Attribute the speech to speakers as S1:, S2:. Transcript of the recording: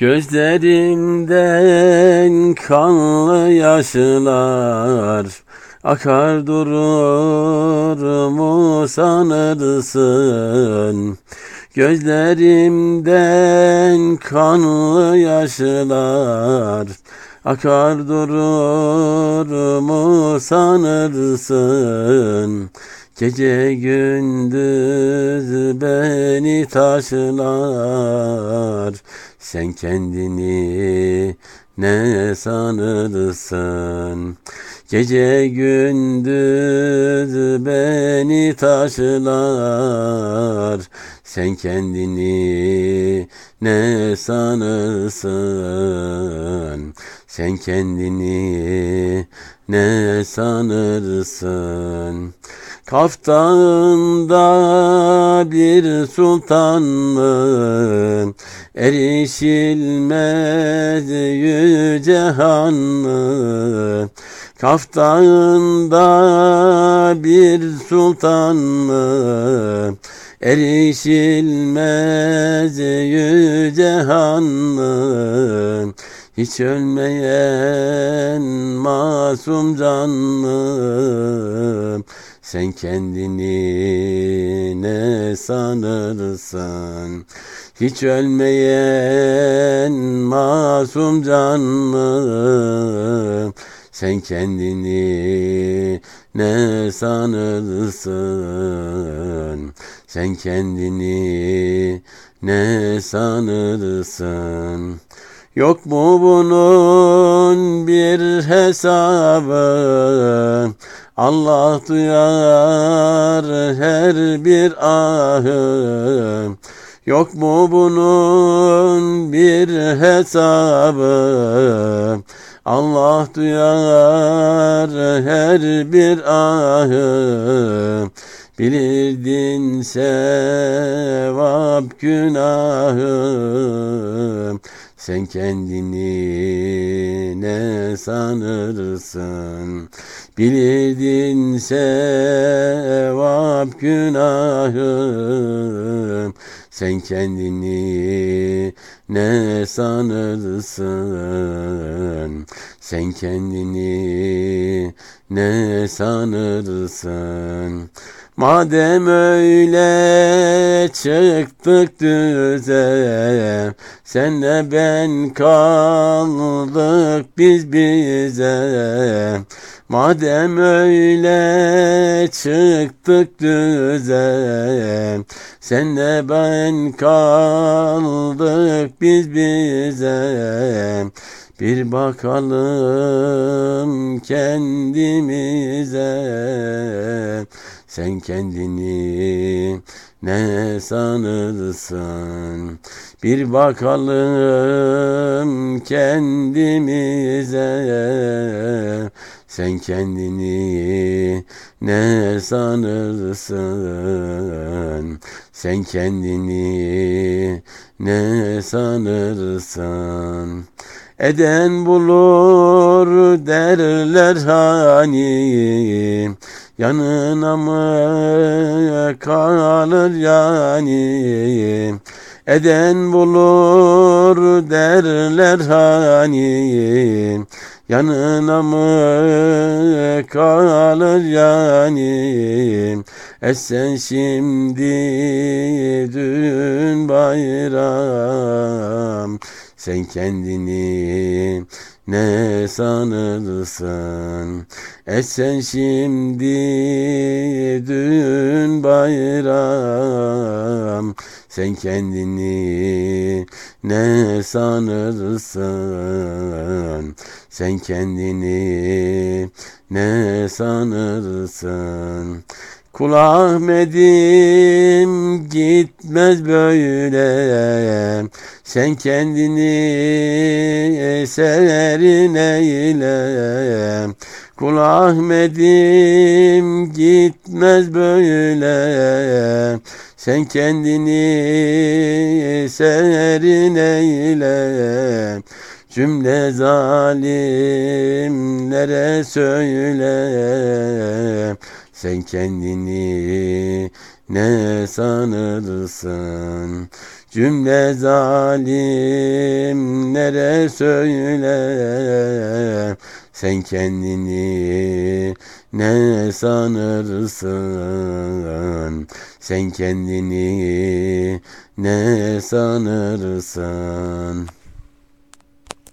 S1: Gözlerimden kanlı yaşlar akar durur mu sanırsın? Gözlerimden kanlı yaşlar akar durur mu sanırsın? Gece gündüz beni taşlar, sen kendini ne sanırsın? Gece gündüz beni taşlar, sen kendini ne sanırsın? Sen kendini ne sanırsın? Kaf Dağı'nda bir sultanım, erişilmez yüce hanım. Kaf Dağı'nda bir sultanım, erişilmez yüce hanım. Hiç ölmeyen masum canım, sen kendini ne sanırsın? Hiç ölmeyen masum canım, sen kendini ne sanırsın? Sen kendini ne sanırsın? Yok mu bunun bir hesabı? Allah duyar her bir ahı. Yok mu bunun bir hesabı? Allah duyar her bir ahı. Bilirdin sevap günahı, sen kendini ne sanırsın? Bilirdin sevap günahı, sen kendini ne sanırsın? Sen kendini ne sanırsın? Madem öyle çıktık düze, senle ben kaldık biz bize. Madem öyle çıktık düze, senle ben kaldık biz bize. Bir bakalım kendimize, sen kendini ne sanırsın? Bir bakalım kendimize, sen kendini ne sanırsın? Sen kendini ne sanırsın? Eden bulur derler hani, yanına mı kalır yani? Eden bulur derler hani, yanına mı kalır yani? Sen şimdi düğün bayram, sen kendini ne sanırsın? Sen şimdi düğün bayram, sen kendini ne sanırsın? Sen kendini ne sanırsın? Kul Ahmet'im gitmez böyle, sen kendini severin eyle. Kul Ahmet'im gitmez böyle, sen kendini severin eyle. Cümle zalimlere söyle, sen kendini ne sanırsın? Cümle zalimlere söyle, sen kendini ne sanırsın? Sen kendini ne sanırsın?